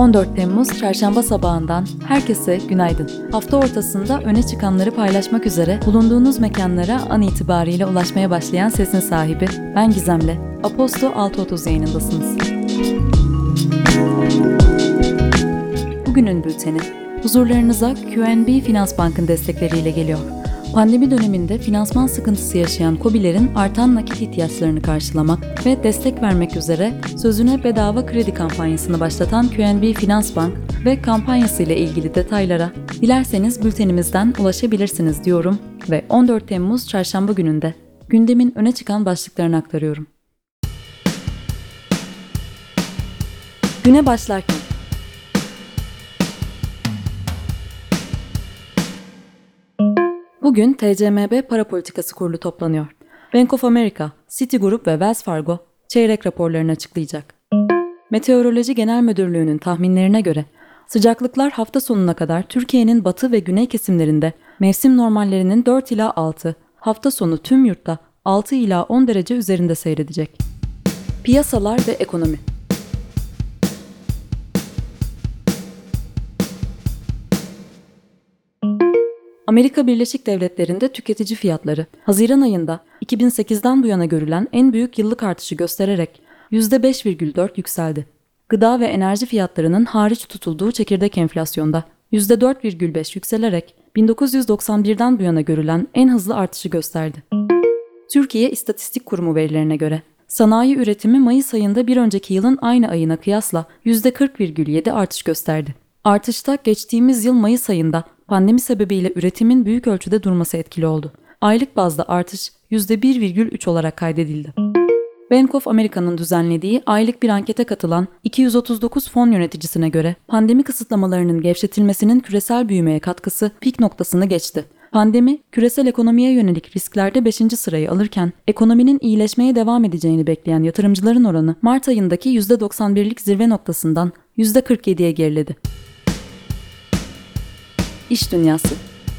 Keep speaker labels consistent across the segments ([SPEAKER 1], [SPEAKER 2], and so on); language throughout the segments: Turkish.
[SPEAKER 1] 14 Temmuz Çarşamba sabahından herkese günaydın. Hafta ortasında öne çıkanları paylaşmak üzere bulunduğunuz mekanlara an itibariyle ulaşmaya başlayan sesin sahibi ben Gizem'le Aposto 6.30 yayınındasınız. Bugünün bülteni huzurlarınıza QNB Finans Bank'ın destekleriyle geliyor. Pandemi döneminde finansman sıkıntısı yaşayan KOBİ'lerin artan nakit ihtiyaçlarını karşılamak ve destek vermek üzere sözüne bedava kredi kampanyasını başlatan QNB Finans Bank ve kampanyası ile ilgili detaylara dilerseniz bültenimizden ulaşabilirsiniz diyorum ve 14 Temmuz Çarşamba gününde gündemin öne çıkan başlıklarını aktarıyorum. Güne başlarken bugün TCMB Para Politikası Kurulu toplanıyor. Bank of America, Citigroup ve Wells Fargo çeyrek raporlarını açıklayacak. Meteoroloji Genel Müdürlüğü'nün tahminlerine göre sıcaklıklar hafta sonuna kadar Türkiye'nin batı ve güney kesimlerinde mevsim normallerinin 4 ila 6, hafta sonu tüm yurtta 6 ila 10 derece üzerinde seyredecek. Piyasalar ve ekonomi. Amerika Birleşik Devletleri'nde tüketici fiyatları, Haziran ayında 2008'den bu yana görülen en büyük yıllık artışı göstererek %5,4 yükseldi. Gıda ve enerji fiyatlarının hariç tutulduğu çekirdek enflasyonda %4,5 yükselerek 1991'den bu yana görülen en hızlı artışı gösterdi. Türkiye İstatistik Kurumu verilerine göre, sanayi üretimi Mayıs ayında bir önceki yılın aynı ayına kıyasla %40,7 artış gösterdi. Artışta geçtiğimiz yıl Mayıs ayında pandemi sebebiyle üretimin büyük ölçüde durması etkili oldu. Aylık bazda artış %1,3 olarak kaydedildi. Bank of America'nın düzenlediği aylık bir ankete katılan 239 fon yöneticisine göre pandemi kısıtlamalarının gevşetilmesinin küresel büyümeye katkısı pik noktasını geçti. Pandemi, küresel ekonomiye yönelik risklerde 5. sırayı alırken ekonominin iyileşmeye devam edeceğini bekleyen yatırımcıların oranı Mart ayındaki %91'lik zirve noktasından %47'ye geriledi. İş dünyası.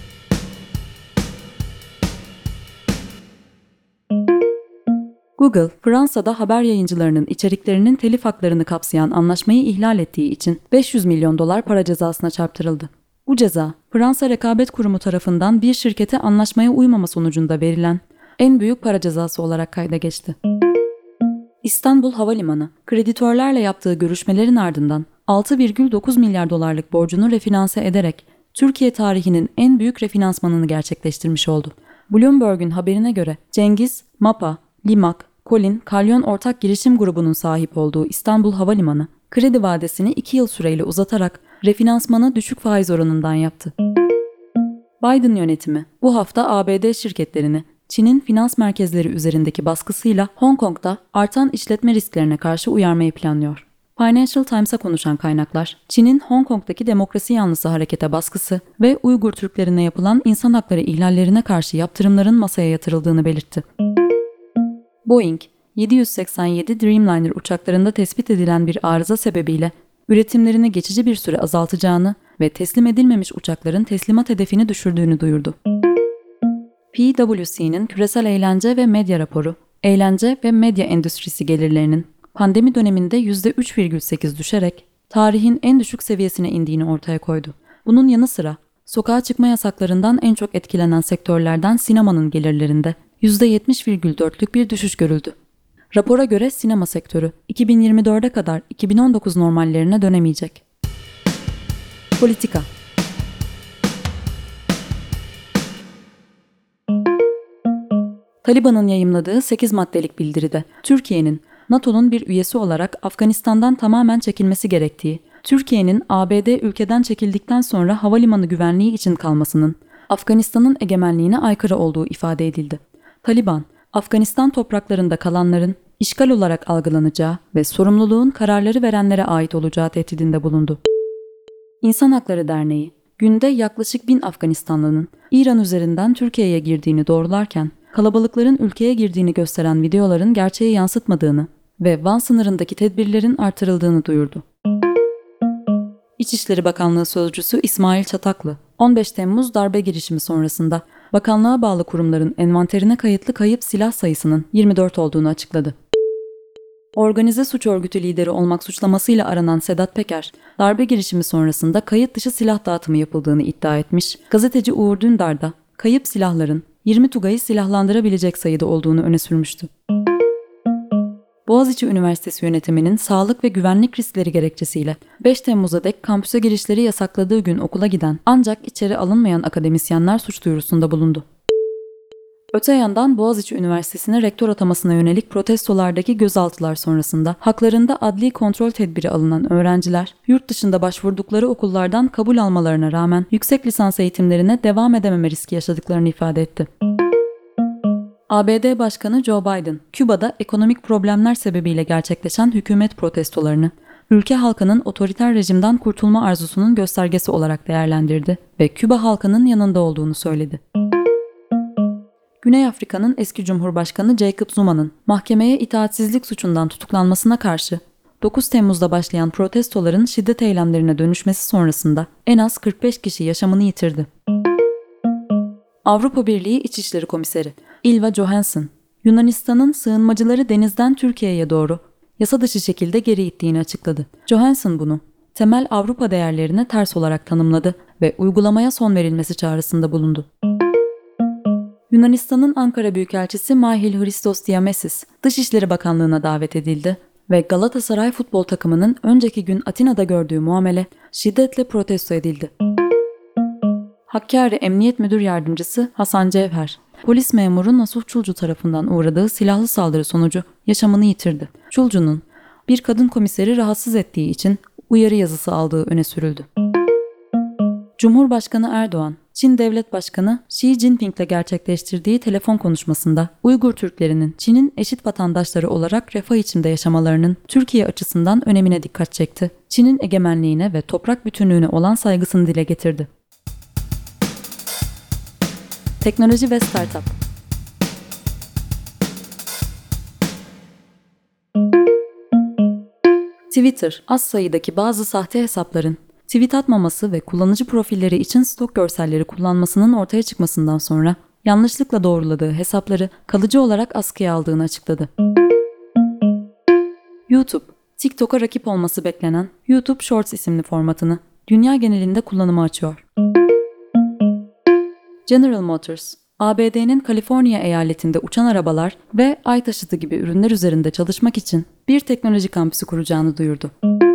[SPEAKER 1] Google, Fransa'da haber yayıncılarının içeriklerinin telif haklarını kapsayan anlaşmayı ihlal ettiği için 500 milyon dolar para cezasına çarptırıldı. Bu ceza, Fransa Rekabet Kurumu tarafından bir şirkete anlaşmaya uymama sonucunda verilen en büyük para cezası olarak kayda geçti. İstanbul Havalimanı, kreditörlerle yaptığı görüşmelerin ardından 6,9 milyar dolarlık borcunu refinanse ederek Türkiye tarihinin en büyük refinansmanını gerçekleştirmiş oldu. Bloomberg'un haberine göre Cengiz, MAPA, Limak, Colin, Kalyon Ortak Girişim Grubu'nun sahip olduğu İstanbul Havalimanı, kredi vadesini 2 yıl süreyle uzatarak refinansmanı düşük faiz oranından yaptı. Biden yönetimi bu hafta ABD şirketlerini Çin'in finans merkezleri üzerindeki baskısıyla Hong Kong'da artan işletme risklerine karşı uyarmayı planlıyor. Financial Times'a konuşan kaynaklar, Çin'in Hong Kong'daki demokrasi yanlısı harekete baskısı ve Uygur Türklerine yapılan insan hakları ihlallerine karşı yaptırımların masaya yatırıldığını belirtti. Boeing, 787 Dreamliner uçaklarında tespit edilen bir arıza sebebiyle üretimlerini geçici bir süre azaltacağını ve teslim edilmemiş uçakların teslimat hedefini düşürdüğünü duyurdu. PwC'nin küresel eğlence ve medya raporu, eğlence ve medya endüstrisi gelirlerinin pandemi döneminde %3,8 düşerek tarihin en düşük seviyesine indiğini ortaya koydu. Bunun yanı sıra sokağa çıkma yasaklarından en çok etkilenen sektörlerden sinemanın gelirlerinde %70,4'lük bir düşüş görüldü. Rapora göre sinema sektörü 2024'e kadar 2019 normallerine dönemeyecek. Politika. Taliban'ın yayımladığı 8 maddelik bildiride Türkiye'nin NATO'nun bir üyesi olarak Afganistan'dan tamamen çekilmesi gerektiği, Türkiye'nin ABD ülkeden çekildikten sonra havalimanı güvenliği için kalmasının Afganistan'ın egemenliğine aykırı olduğu ifade edildi. Taliban, Afganistan topraklarında kalanların işgal olarak algılanacağı ve sorumluluğun kararları verenlere ait olacağı tehdidinde bulundu. İnsan Hakları Derneği, günde yaklaşık 1000 Afganistanlının İran üzerinden Türkiye'ye girdiğini doğrularken, kalabalıkların ülkeye girdiğini gösteren videoların gerçeği yansıtmadığını ve Van sınırındaki tedbirlerin artırıldığını duyurdu. İçişleri Bakanlığı Sözcüsü İsmail Çataklı, 15 Temmuz darbe girişimi sonrasında bakanlığa bağlı kurumların envanterine kayıtlı kayıp silah sayısının 24 olduğunu açıkladı. Organize suç örgütü lideri olmak suçlamasıyla aranan Sedat Peker, darbe girişimi sonrasında kayıt dışı silah dağıtımı yapıldığını iddia etmiş, gazeteci Uğur Dündar da kayıp silahların 20 Tugay'ı silahlandırabilecek sayıda olduğunu öne sürmüştü. Boğaziçi Üniversitesi yönetiminin sağlık ve güvenlik riskleri gerekçesiyle 5 Temmuz'a dek kampüse girişleri yasakladığı gün okula giden ancak içeri alınmayan akademisyenler suç duyurusunda bulundu. Öte yandan Boğaziçi Üniversitesi'ne rektör atamasına yönelik protestolardaki gözaltılar sonrasında haklarında adli kontrol tedbiri alınan öğrenciler, yurt dışında başvurdukları okullardan kabul almalarına rağmen yüksek lisans eğitimlerine devam edememe riski yaşadıklarını ifade etti. ABD Başkanı Joe Biden, Küba'da ekonomik problemler sebebiyle gerçekleşen hükümet protestolarını, ülke halkının otoriter rejimden kurtulma arzusunun göstergesi olarak değerlendirdi ve Küba halkının yanında olduğunu söyledi. Güney Afrika'nın eski Cumhurbaşkanı Jacob Zuma'nın mahkemeye itaatsizlik suçundan tutuklanmasına karşı 9 Temmuz'da başlayan protestoların şiddet eylemlerine dönüşmesi sonrasında en az 45 kişi yaşamını yitirdi. Avrupa Birliği İçişleri Komiseri Ylva Johansson, Yunanistan'ın sığınmacıları denizden Türkiye'ye doğru yasa dışı şekilde geri ittiğini açıkladı. Johansson bunu temel Avrupa değerlerine ters olarak tanımladı ve uygulamaya son verilmesi çağrısında bulundu. Yunanistan'ın Ankara Büyükelçisi Mahil Hristos Diamesis, Dışişleri Bakanlığı'na davet edildi ve Galatasaray futbol takımının önceki gün Atina'da gördüğü muamele şiddetle protesto edildi. Hakkari Emniyet Müdür Yardımcısı Hasan Cevher, polis memuru Nasuh Çulcu tarafından uğradığı silahlı saldırı sonucu yaşamını yitirdi. Çulcu'nun bir kadın komiseri rahatsız ettiği için uyarı yazısı aldığı öne sürüldü. Cumhurbaşkanı Erdoğan, Çin Devlet Başkanı Xi Jinping'le gerçekleştirdiği telefon konuşmasında Uygur Türklerinin Çin'in eşit vatandaşları olarak refah içinde yaşamalarının Türkiye açısından önemine dikkat çekti. Çin'in egemenliğine ve toprak bütünlüğüne olan saygısını dile getirdi. Teknoloji ve Startup. Twitter, az sayıdaki bazı sahte hesapların tweet atmaması ve kullanıcı profilleri için stok görselleri kullanmasının ortaya çıkmasından sonra yanlışlıkla doğruladığı hesapları kalıcı olarak askıya aldığını açıkladı. YouTube, TikTok'a rakip olması beklenen YouTube Shorts isimli formatını dünya genelinde kullanıma açıyor. General Motors, ABD'nin Kaliforniya eyaletinde uçan arabalar ve ay taşıtı gibi ürünler üzerinde çalışmak için bir teknoloji kampüsü kuracağını duyurdu.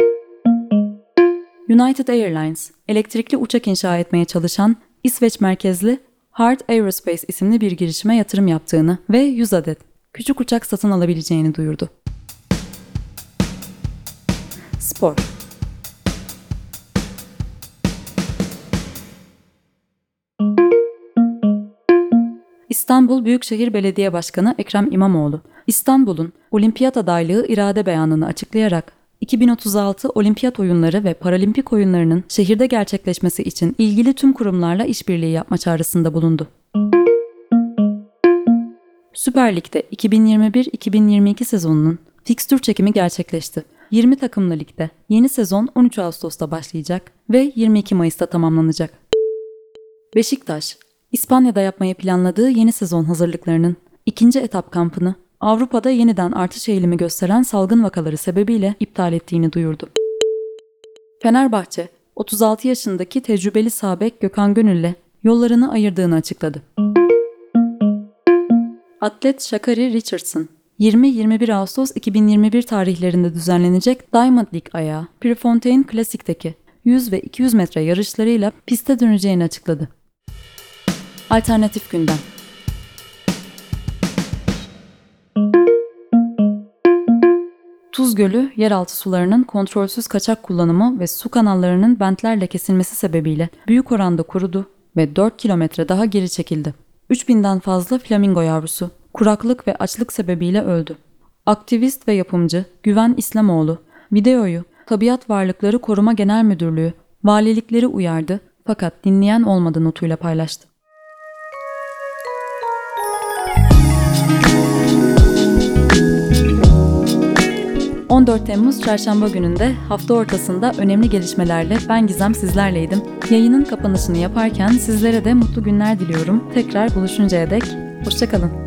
[SPEAKER 1] United Airlines, elektrikli uçak inşa etmeye çalışan İsveç merkezli Heart Aerospace isimli bir girişime yatırım yaptığını ve 100 adet küçük uçak satın alabileceğini duyurdu. Spor. İstanbul Büyükşehir Belediye Başkanı Ekrem İmamoğlu, İstanbul'un olimpiyat adaylığı irade beyanını açıklayarak 2036 Olimpiyat Oyunları ve Paralimpik Oyunlarının şehirde gerçekleşmesi için ilgili tüm kurumlarla işbirliği yapma çağrısında bulundu. Süper Lig'de 2021-2022 sezonunun fikstür çekimi gerçekleşti. 20 takımlı ligde yeni sezon 13 Ağustos'ta başlayacak ve 22 Mayıs'ta tamamlanacak. Beşiktaş, İspanya'da yapmayı planladığı yeni sezon hazırlıklarının ikinci etap kampını Avrupa'da yeniden artış eğilimi gösteren salgın vakaları sebebiyle iptal ettiğini duyurdu. Fenerbahçe, 36 yaşındaki tecrübeli sağ bek Gökhan Gönül'le yollarını ayırdığını açıkladı. Atlet Sha'Carri Richardson, 20-21 Ağustos 2021 tarihlerinde düzenlenecek Diamond League ayağı Prefontaine Classic'teki 100 ve 200 metre yarışlarıyla piste döneceğini açıkladı. Alternatif gündem. Tuz Gölü, yeraltı sularının kontrolsüz kaçak kullanımı ve su kanallarının bentlerle kesilmesi sebebiyle büyük oranda kurudu ve 4 kilometre daha geri çekildi. 3000'den fazla flamingo yavrusu kuraklık ve açlık sebebiyle öldü. Aktivist ve yapımcı Güven İslamoğlu, videoyu Tabiat Varlıkları Koruma Genel Müdürlüğü, valilikleri uyardı fakat dinleyen olmadı notuyla paylaştı. 14 Temmuz Çarşamba gününde hafta ortasında önemli gelişmelerle ben Gizem sizlerleydim. Yayının kapanışını yaparken sizlere de mutlu günler diliyorum. Tekrar buluşuncaya dek hoşça kalın.